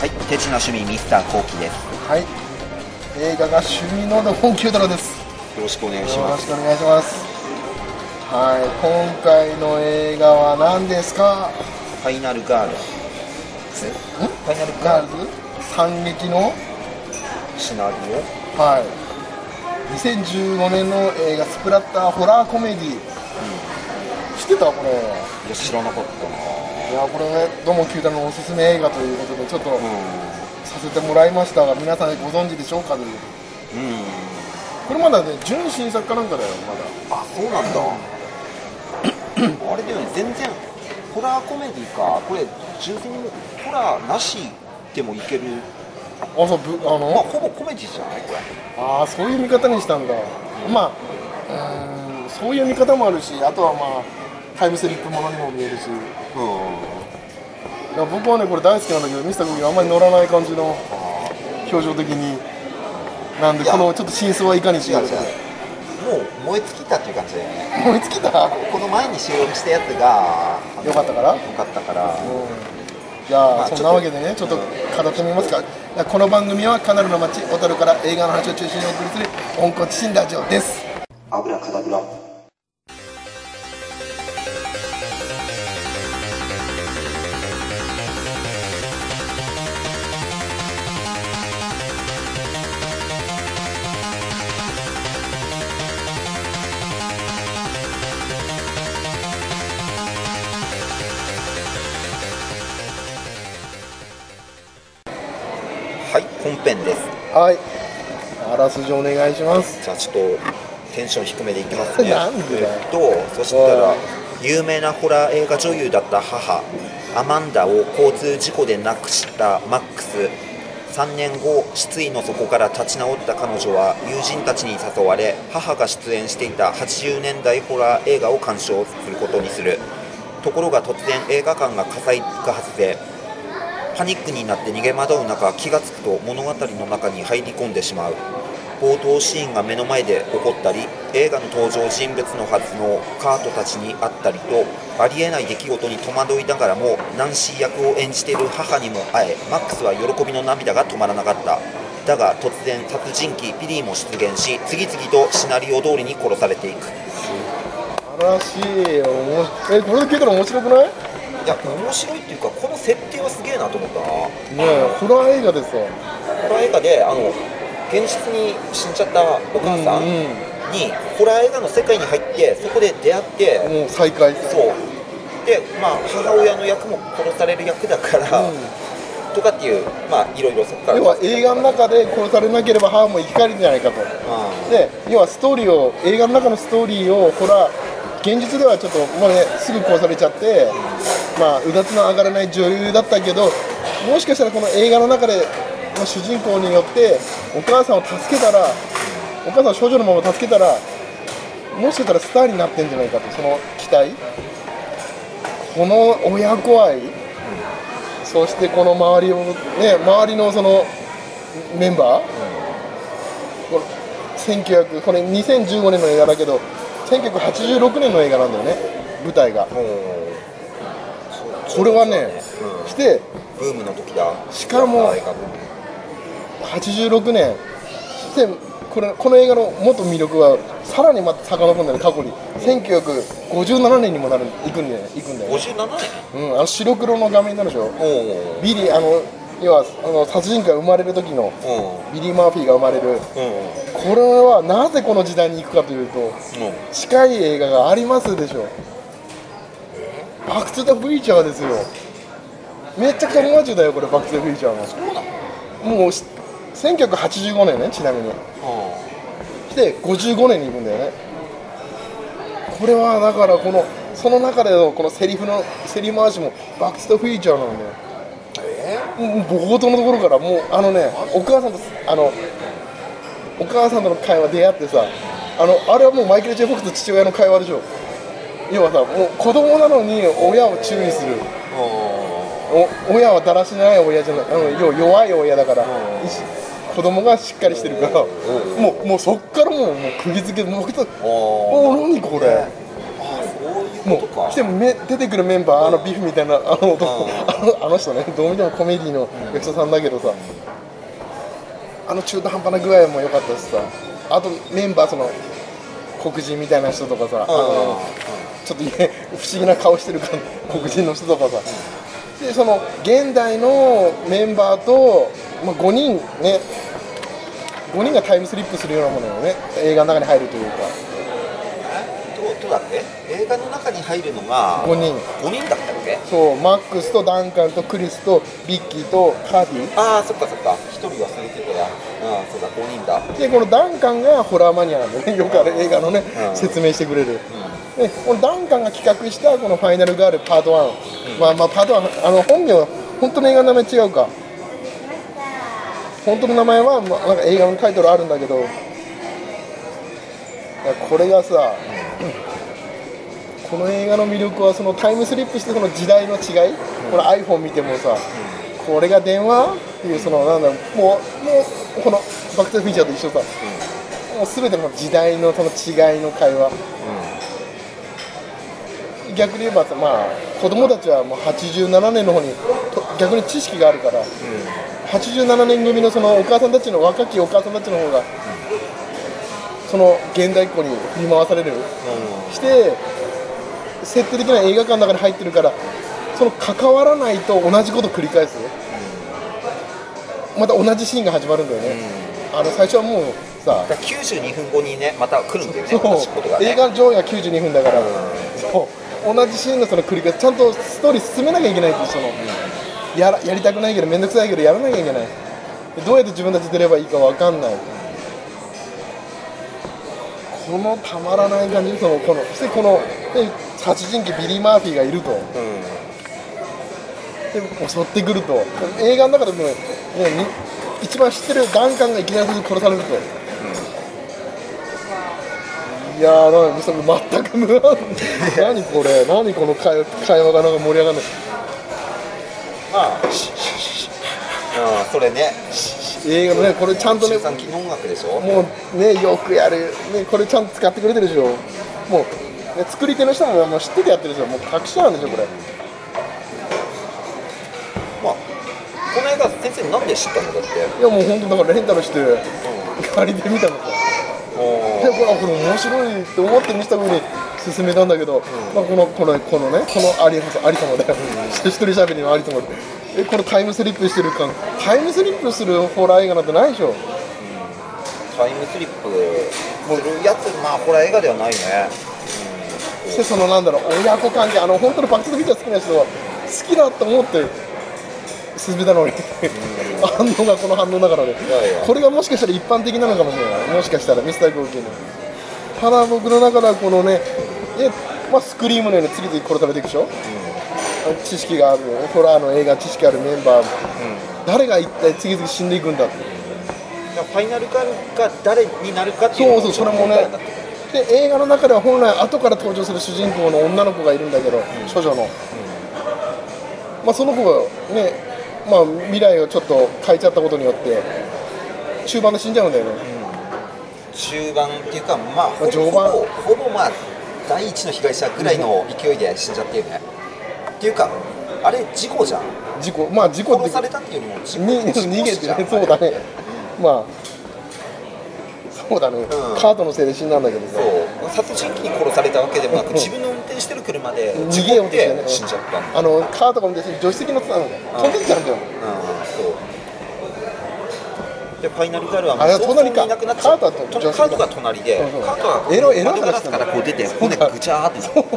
はい、手品趣味ミスターコウキです。 はい、映画が趣味の本九太郎です。 よろしくお願いします。 よろしくお願いします。はい、今回の映画は何ですか？ ファイナルガールズ。ファイナルガールズ惨劇のシナリオ。 はい、2015年の映画スプラッターホラーコメディ、知ってたこれ？ いや、知らなかったな。 いや、これね、どうも九太郎のおすすめ映画ということでちょっとさせてもらいましたが、皆さんご存知でしょうかという。これまだね、純新作かなんかだよ、まだ。 あ、そうなんだ。あれだよね、全然ホラーコメディか。これ純粋にもホラーなしでもいける。 あ、そうまあほぼコメディじゃないこれ。 ああ、そういう見方にしたんだ。まあそういう見方もあるし、あとはまあタイムスリップものにも見えるし、いや僕はねこれ大好きなんだけど、ミスターコキがあんまり乗らない感じの表情的になんで、このちょっと真相はいかにしようか。 もう燃え尽きたっていう感じだよね。 燃え尽きた。 この前に収録したやつがよかったから。いや、そんなわけでね、ちょっと語ってみますか。この番組はカナルの街小樽から映画の話を中心にお送りする温故知新ラジオです。 アブラカダブラ。はい、本編です。 はい、あらすじお願いします。 じゃあちょっとテンション低めでいきますね。 なんでだよ。 そしたら有名なホラー映画女優だった母アマンダを交通事故で亡くしたマックス。3年後、失意の底から立ち直った彼女は友人たちに誘われ、母が出演していた80年代ホラー映画を鑑賞することにする。ところが突然映画館が火災が発生。パニックになって逃げ惑う中、気がつくと物語の中に入り込んでしまう。冒頭シーンが目の前で起こったり、映画の登場人物のはずのカートたちに会ったりと、ありえない出来事に戸惑いながらもナンシー役を演じている母にも会え、マックスは喜びの涙が止まらなかった。だが突然殺人鬼ピリーも出現し、次々とシナリオ通りに殺されていく。 素晴らしい。これで聞いたら面白くない？ いや、面白いっていうか、この設定はすげえなと思ったな。 ねえ、ホラー映画ですよ。 ホラー映画で現実に死んじゃったお母さんにホラー映画の世界に入って、そこで出会って、 もう再会。 そうで、まあ母親の役も殺される役だから、とかっていう、まあいろいろそこから要は映画の中で殺されなければ母も生き返るんじゃないかと。で、要はストーリーを、映画の中のストーリーを現実ではちょっと、まあね、すぐ殺されちゃって、まあ、うだつの上がらない女優だったけど、もしかしたらこの映画の中で、まあ、主人公によってお母さんを助けたら、お母さんを少女のまま助けたら、もしかしたらスターになってんじゃないかと、その期待、この親子愛、そしてこの周りを、ね、周りのそのメンバー、これ2015年の映画だけど、1986年の映画なんだよね、舞台が。これはね、してブームの時だ。 しかも86年で、この映画の元魅力はさらにまた遡るんだよね、過去に1957年にも行くんだよね。 57年？ 白黒の画面になるでしょ。ビリー、要は殺人鬼が生まれる時のビリー・マーフィーが生まれる。これはなぜこの時代に行くかというと、近い映画がありますでしょ。バック・トゥ・ザ・フューチャーですよ。めちゃくちゃオマージュだよ、これ、バック・トゥ・ザ・フューチャーの。 そうなの？ もう1985年ね、ちなみに。で、55年に行くんだよね。これはだからその中でのこのセリフ回しもバック・トゥ・ザ・フューチャーなんだよ。冒頭のところからもうお母さんとの会話出会ってさ、あれはもうマイケル・ジェフォックスと父親の会話でしょ。要はさ、もう子供なのに親を注意する。親はだらしない親じゃない、弱い親だから、子供がしっかりしてるから、もうそっからもう釘付け、何これ、もうでも出てくるメンバー、ビフみたいなあの男、あの人ね、どう見てもコメディの役者さんだけどさ、中途半端な具合も良かったしさ、あとメンバー、その黒人みたいな人とかさ、ちょっと不思議な顔してる黒人の人とかさ、でその現代のメンバーと、5人ね、5人がタイムスリップするようなものよね、映画の中に入るというか。 どうだって、映画の中に入るのが 5人だったっけ？ そう、マックスとダンカンとクリスとビッキーとカーディ。 ああ、そっかそっか、1人忘れてたや。そうだ、5人だ。 でこのダンカンがホラーマニアなんでね、よくある映画のね、説明してくれる。でこのダンカンが企画したこのファイナルガールパート1、パート1、本名、本当の映画の名前違うか、本当の名前は、なんか映画のタイトルあるんだけど、これがさ、この映画の魅力はそのタイムスリップしてその時代の違い、この iPhone 見てもさ、これが電話っていうそのなんだろう、もうこのバック・トゥ・フィーチャーと一緒さ、もう全ての時代のその違いの会話、逆に言えばさ、子供たちはもう87年の方に逆に知識があるから、87年組のそのお母さんたちの若きお母さんたちの方が、その現代っ子に振り回される、して設定的な映画館の中に入ってるから、その関わらないと同じことを繰り返す、また同じシーンが始まるんだよね、最初はもうさ、 92分後にね、また来るんだよね、同じことがね。 映画上映が92分だから、そう同じシーンのその繰り返し、ちゃんとストーリー進めなきゃいけないっていう、そのやりたくないけど、面倒くさいけど、やらなきゃいけない、どうやって自分たち出ればいいか分かんない、このたまらない感じ、そしてこの殺人鬼ビリー・マーフィーがいると、で襲ってくると、映画の中でも、一番知ってるダンカンがいきなり殺されると、いやー、それ全く無反何これ、何この会話がなんか盛り上がらない。 それね、 映画のね、これちゃんとね、 13期の音楽でしょ、 もうね、よくやる、ね、これちゃんと使ってくれてるでしょ、もう、ね、作り手の人ももう知っててやってるでしょ、もう隠しなんでしょ、これ。 この映画、先生、なんで知ったのだって。 いや、もう本当、だからレンタルして、借りてみたのさ、でこれ面白いって思って見せた風に進めたんだけど、このね、このありさまで、一人喋りのありさまで、これタイムスリップしてる感、タイムスリップするホラー映画なんてないでしょ。 タイムスリップするやつ、ホラー映画ではないね。 そしてそのなんだろう、親子関係、本当のバック・トゥ・ザ・フューチャー好きな人は好きだと思って進めたのに反応がこの反応だからね、これがもしかしたら一般的なのかもしれない、もしかしたらミスター号泣の。ただ僕の中ではこのね、スクリームのように次々殺されていくでしょ、知識がある、ホラーの映画知識あるメンバー、誰が一体次々死んでいくんだって、 ファイナルガールが誰になるかっていうのそうそれもね、で映画の中では本来後から登場する主人公の女の子がいるんだけど、処女の、その子がね、未来をちょっと変えちゃったことによって中盤で死んじゃうんだよね、 中盤っていうか、 序盤ほぼ第一の被害者ぐらいの勢いで死んじゃってるね、っていうか、あれ事故じゃん、 事故って殺されたっていうよりも事故逃げてね、そうだね、そうだね、カートのせいで死んだんだけどさ、 そう殺人鬼に殺されたわけでもなく、自分の運転してる車で逃げようとしてね、 死んじゃったんだ。 カートが運転して助手席乗ってたの、飛んできちゃうんだよ。 でファイナルガールはもう早々にいなくなっちゃう。カートが隣で、カートは窓ガラスからこう出て骨がぐちゃーってなった。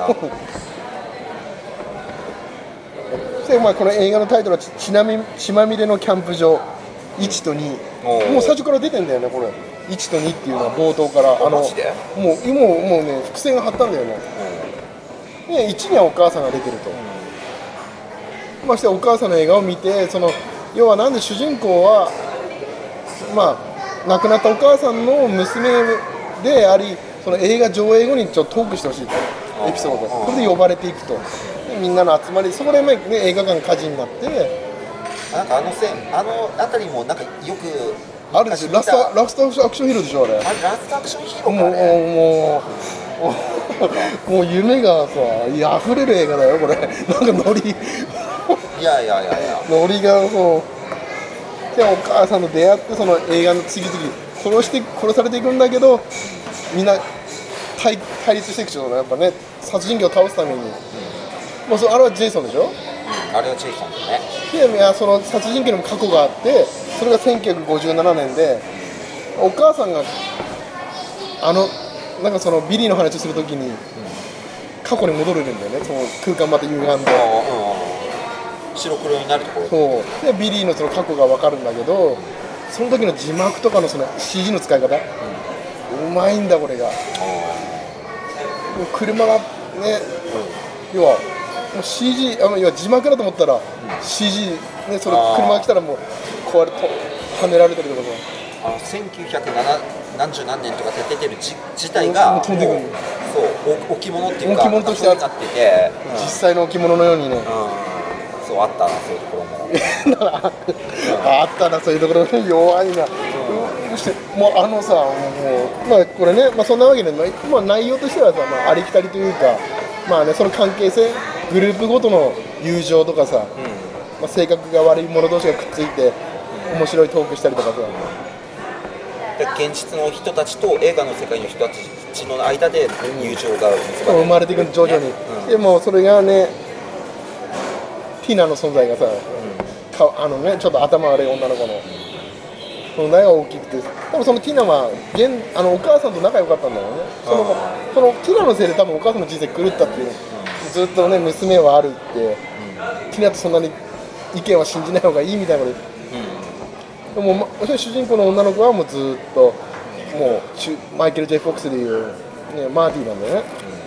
そしてこの映画のタイトルは血まみれのキャンプ場1と2、もう最初から出てんだよね、これ1と2っていうのは冒頭から、もうね、伏線が張ったんだよね。で1にはお母さんが出てると、そしてお母さんの映画を見て、要はなんで主人公は亡くなったお母さんの娘であり、その映画上映後にちょっとトークしてほしいと、エピソード、それで呼ばれていくと、でみんなの集まり、そこで、映画館火事になって、 なんかあの辺りもなんかよくあるでしょ、ラストアクションヒーローでしょ、あれ。 ラストアクションヒーローかね。 もう夢がさ溢れる映画だよこれ。なんかノリいやいやいやいや、 ノリがそうでお母さんと出会ってその映画の次々殺されていくんだけどみんな対立していくでしょやっぱね殺人鬼を倒すために、もうあれはジェイソンでしょ、 あれはジェイソンだね。 でいやその殺人鬼の過去があってそれが1957年でお母さんがなんかそのビリーの話をするときに過去に戻れるんだよね、その空間また歪んで、 白黒になるところそうでビリーのその過去が分かるんだけど、その時の字幕とかのその CG の使い方、うまいんだこれが。もう車がね、要はもう CG 要は字幕だと思ったら CG ね、それ車が来たらもう壊れと跳ねられたりとかさ、1970何十何年とかで出てる自体がもうそう置物っていうか置物としてなってて、 実際の置物のようにね、 そうあったなそういうところもあったなそういうところ弱いな、もうさもうまあこれね、まあ、そんなわけで、まあ、内容としてはさ、まあ、ありきたりというか、まあね、その関係性グループごとの友情とかさ、まあ、性格が悪い者同士がくっついて面白いトークしたりとかさ、 現実の人たちと映画の世界の人たちの間で友情が生まれていく徐々に、でもそれがねティナの存在がさ、ちょっと頭悪い女の子の存在が大きくて、多分そのティナはお母さんと仲良かったんだよね。そのティナのせいで多分お母さんの人生狂ったっていう、ずっとね娘はあるって、ティナとそんなに意見は信じない方がいいみたいなことでも主人公の女の子はもうずっともうマイケル・J・フォックスでいう、ね、マーティーなんだよね、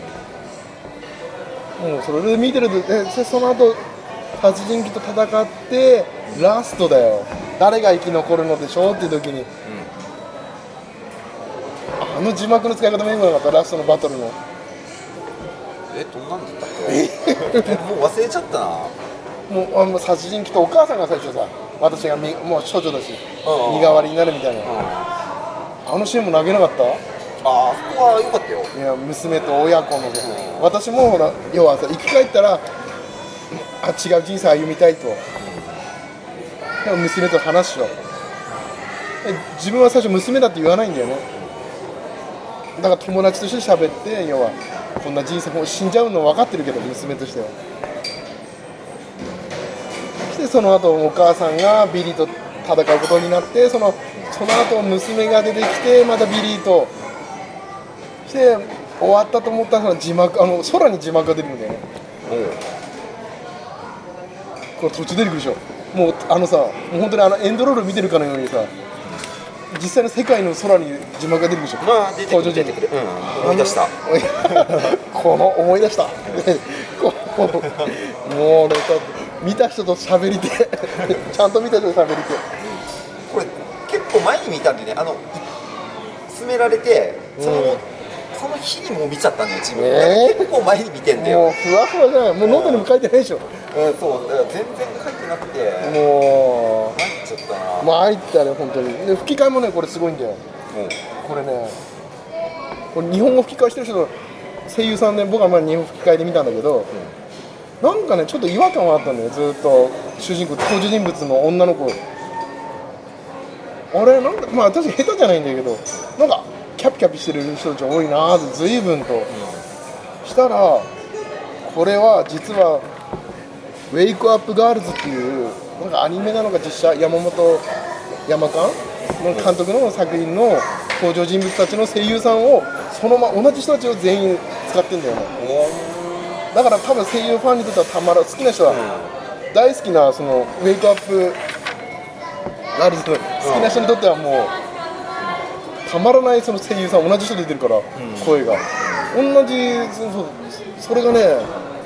もうそれで見てると、その後殺人鬼と戦ってラストだよ、誰が生き残るのでしょうっていう時に、あの字幕の使い方もよくなかった、ラストのバトルのどんなんだったっけもう忘れちゃったな。 もう殺人鬼とお母さんが最初さ、私がもう処女だし身代わりになるみたいな、あのシーンも投げなかった？ あそこは良かったよ。 いや娘と親子の、私もほら要はさ生き返ったら違う人生歩みたいと、でも娘と話しよう、自分は最初娘だって言わないんだよね、だから友達として喋って、要はこんな人生もう死んじゃうの分かってるけど娘としては。でその後お母さんがビリーと戦うことになって、その後娘が出てきてまたビリーとして終わったと思ったら字幕空に字幕が出るんだよね。これ途中出てくるでしょ、もうもう本当にエンドロール見てるかのようにさ、実際の世界の空に字幕が出てくるでしょ。 出てくる、思い出した思い出したもうね見た人と喋りてちゃんと見た人と喋りて、 これ結構前に見たんでね、勧められてその日にもう見ちゃったんだよ自分、結構前に見てんだよ。 もうふわふわじゃない、もうノートにも書いてないでしょ。 そうだから全然書いてなくてもう参っちゃったな。 参ったね本当に。で吹き替えもねこれすごいんだよ、これね、これ日本語吹き替えしてる人の声優さんで、僕はまあ日本吹き替えで見たんだけど、なんかねちょっと違和感はあったんだよ、ずっと登場人物の女の子、あれなんかまあ私下手じゃないんだけど、なんかキャピキャピしてる人たち多いなーって随分と、したらこれは実はウェイクアップガールズっていうなんかアニメなのか実写、山本山監の監督の作品の登場人物たちの声優さんをその同じ人たちを全員使ってんだよね。だから多分声優ファンにとっては好きな人は大好きなそのウェイクアップガールズ好きな人にとってはもうたまらない、その声優さん同じ人出てるから、声が同じ、それがね、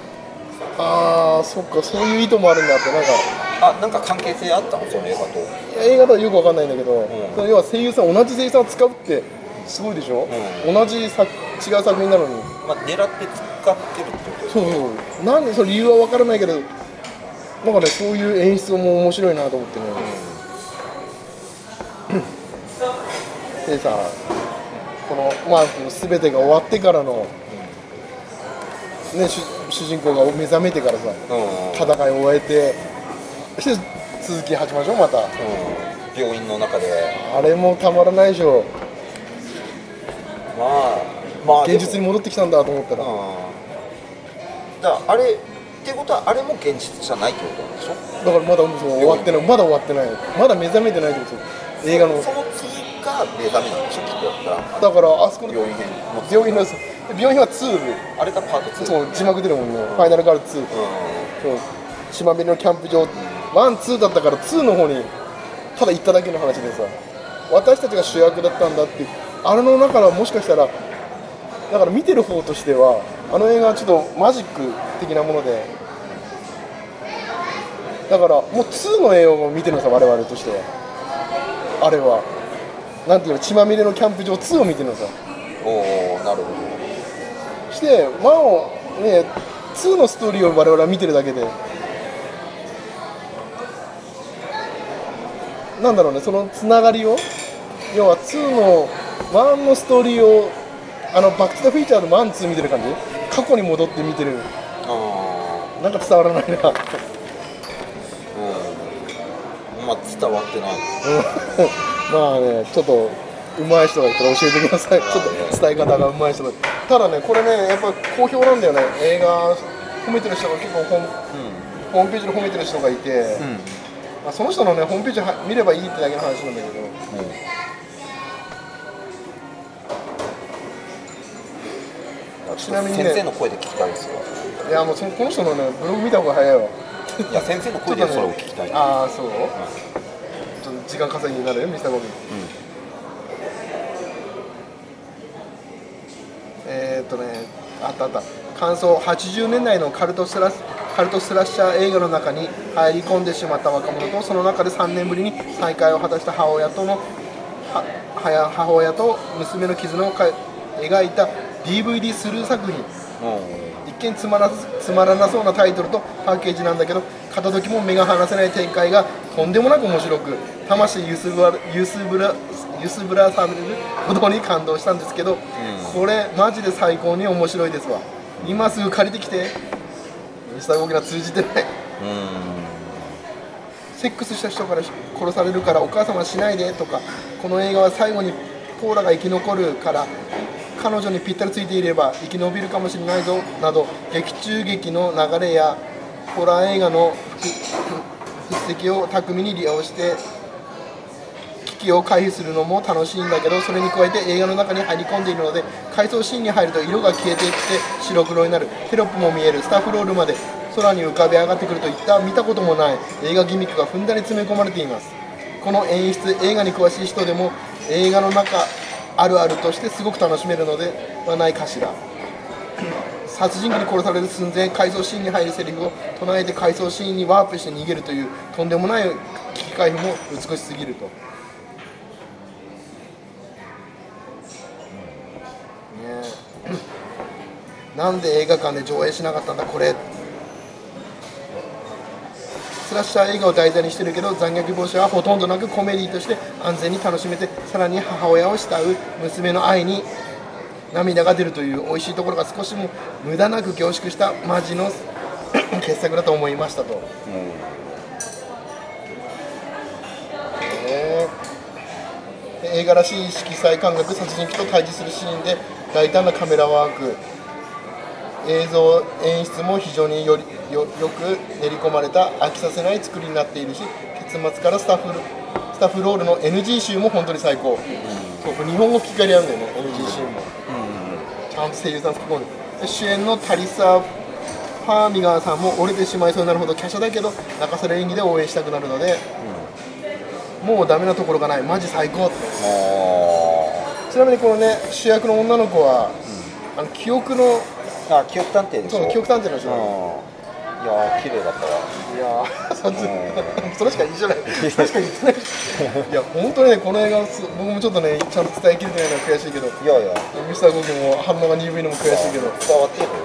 そっかそういう意図もあるんだって、 なんか関係性あったのその映画と。 映画とはよくわかんないんだけど、要は同じ声優さんを使うってすごいでしょ、違う作品なのに、 狙って使ってるってことですね。 そうなんでその理由はわからないけど、なんかねそういう演出も面白いなと思ってね、でさ、この全てが終わってからのね、主人公が目覚めてからさ、戦いを終えて、そして続き始まるでしょまた、 病院の中で。 あれもたまらないでしょ。 まあ現実に戻ってきたんだと思ったら、 だからあれってことはあれも現実じゃないってことなんでしょ。 だからまだ終わってない、まだ終わってない、まだ目覚めてないってことですよ、映画の。 その次が目覚めなんでしょきっと。 だからあそこの病院編病院は2、 あれがパート2。 そう字幕出るもんね、ファイナルガール2、そう島辺のキャンプ場、1、2だったから2の方にただ行っただけの話でさ、私たちが主役だったんだっていう、あれの中からもしかしたら、だから見てる方としては、あの映画はちょっとマジック的なもので、だからもう2の映画を見てるのさ、我々としては。あれはなんていうの、血まみれのキャンプ場2を見てるのさ。 おお、なるほど。 して1をね、2のストーリーを我々は見てるだけで、なんだろうね、そのつながりを、要は2の1のストーリーをバック・トゥ・ザ・フューチャーの1、2見てる感じ、過去に戻って見てる、なんか伝わらないな。 まあ伝わってない。 まあね、ちょっと上手い人がいたら教えてください。ちょっと伝え方が上手い人が。ただね、これね、やっぱ好評なんだよね。映画褒めてる人が結構ホームページで褒めてる人がいて、まあ、その人のねホームページ見ればいいってだけの話なんだけど、ちなみにね、 先生の声で聞きたいですよ。 いやもうこの人のねブログ見た方が早いわ。 いや先生の声でそれを聞きたい。 ああそう、ちょっと時間稼ぎになるよミスターゴビン。あった感想。80年代のカルトスラッシャー映画の中に入り込んでしまった若者と、その中で3年ぶりに再会を果たした母親と娘の絆を描いた DVD スルー作品。一見つまらなそうなタイトルとパッケージなんだけど、片時も目が離せない展開がとんでもなく面白く、魂揺すぶらされることに感動したんですけど、これマジで最高に面白いですわ。今すぐ借りてきて。ミスターゴキが通じてない。セックスした人から殺されるからお母様はしないでとか、この映画は最後にポーラが生き残るから彼女にぴったりついていれば生き延びるかもしれないぞなど、劇中劇の流れやホラー映画の筆跡を巧みに利用して危機を回避するのも楽しいんだけど、それに加えて映画の中に入り込んでいるので、回想シーンに入ると色が消えていって白黒になる、テロップも見える、スタッフロールまで空に浮かび上がってくるといった見たこともない映画ギミックがふんだんに詰め込まれています。この演出、映画に詳しい人でも映画の中あるあるとしてすごく楽しめるのではないかしら。殺人鬼に殺される寸前、回想シーンに入るセリフを唱えて回想シーンにワープして逃げるというとんでもない危機回避も美しすぎると。なんで映画館で上映しなかったんだこれ。スラッシャー映画を題材にしてるけど、残虐描写はほとんどなくコメディとして安全に楽しめて、さらに母親を慕う娘の愛に涙が出るという美味しいところが少しも無駄なく凝縮したマジの傑作だと思いましたと。映画らしい色彩感覚、殺人鬼と対峙するシーンで大胆なカメラワーク、映像演出も非常によく練り込まれた飽きさせない作りになっているし、結末からスタッフロールの NG 集も本当に最高。そう、日本語吹き替えでやるんだよね、NG 集も。ちゃんと声優さん吹き込んで、主演のタリサ・ファーミガーさんも折れてしまいそうになるほど華奢だけど泣かせる演技で応援したくなるので、もうダメなところがない、マジ最高って。ちなみにこのね、主役の女の子は、記憶探偵でしょ。そう、記憶探偵の人。 いやー、綺麗だったわ。 いやー、それしか言いじゃない。それしか言ってない。いや、本当にね、この映画、僕もちょっとね、ちゃんと伝えきれてないのは悔しいけど。 いやいや。 ミスターゴキも反応が鈍いのも悔しいけど。 伝わってるよ、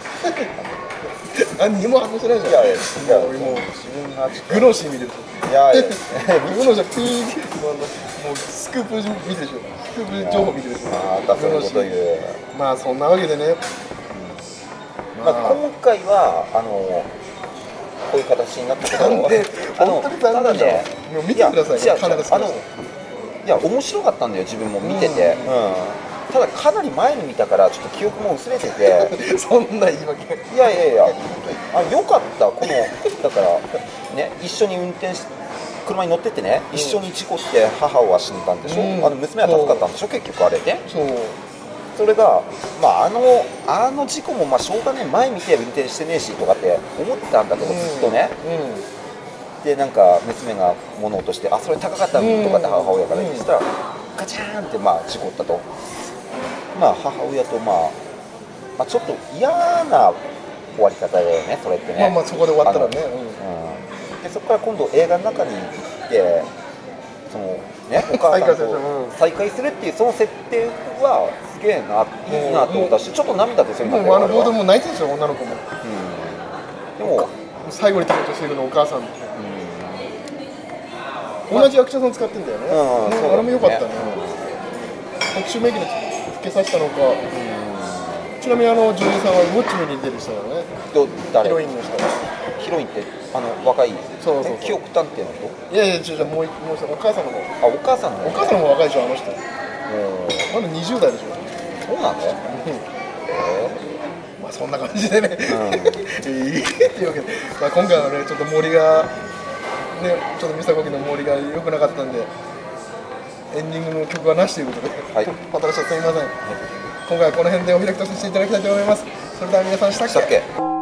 何にも反応してないじゃん。 いやいや、 俺もう自分がグノシー見てる。 いやいや、 グノシーピーもうスクープ見てるでしょ。スクープ情報見てるでしょ。 だそういうこと言う。 まあそんなわけでね。 まあ、今回はこういう形になったけど、 本当に残念だよ。もう見てくださいよ、カナダ好きな人。 いや面白かったんだよ、自分も見てて、ただかなり前に見たからちょっと記憶も薄れててそんな言い訳。 いやよかった、このだからね、一緒に運転し車に乗っててね、一緒に事故って母は死んだんでしょ、娘は助かったんでしょ、結局あれね。それが、まあ、あの事故もまあしょうがねえ、前見て運転してねえしとかって思ってたんだけど、ずっとね、でなんか娘が物を落として、あそれ高かったのとかって母親から言ってたら、ガチャーンってまあ事故ったと、まあ母親とまあちょっと嫌な終わり方だよね、それってね。 まあそこで終わったらね。 でそこから今度映画の中に行ってそのね、お母さんと再会するっていうその設定はすげえな、いいなと思ったし、ちょっと涙出そうになったよ。 ボードも泣いてるんですよ、女の子も。 でも最後に食べとしてるのお母さん。同じ役者さん使ってんだよね。あれも良かったね。特殊メイクで老けさせたのか。ちなみに女優さんはウォッチメンに出る人だよね。ヒロインの人。 ヒロインって若い記憶探偵の人？ いやもう一人お母さんの方。 あ、お母さんの方若いでしょ、あの人。まだ20代でしょ。 そうなんだよ。 まあそんな感じでね。っていうわけで、まあ今回はねちょっと森がね、ちょっとミサコキの森が良くなかったんで、エンディングの曲はなしということで、私はすみません。今回はこの辺でお開きとさせていただきたいと思います。それでは皆さん、したっけ？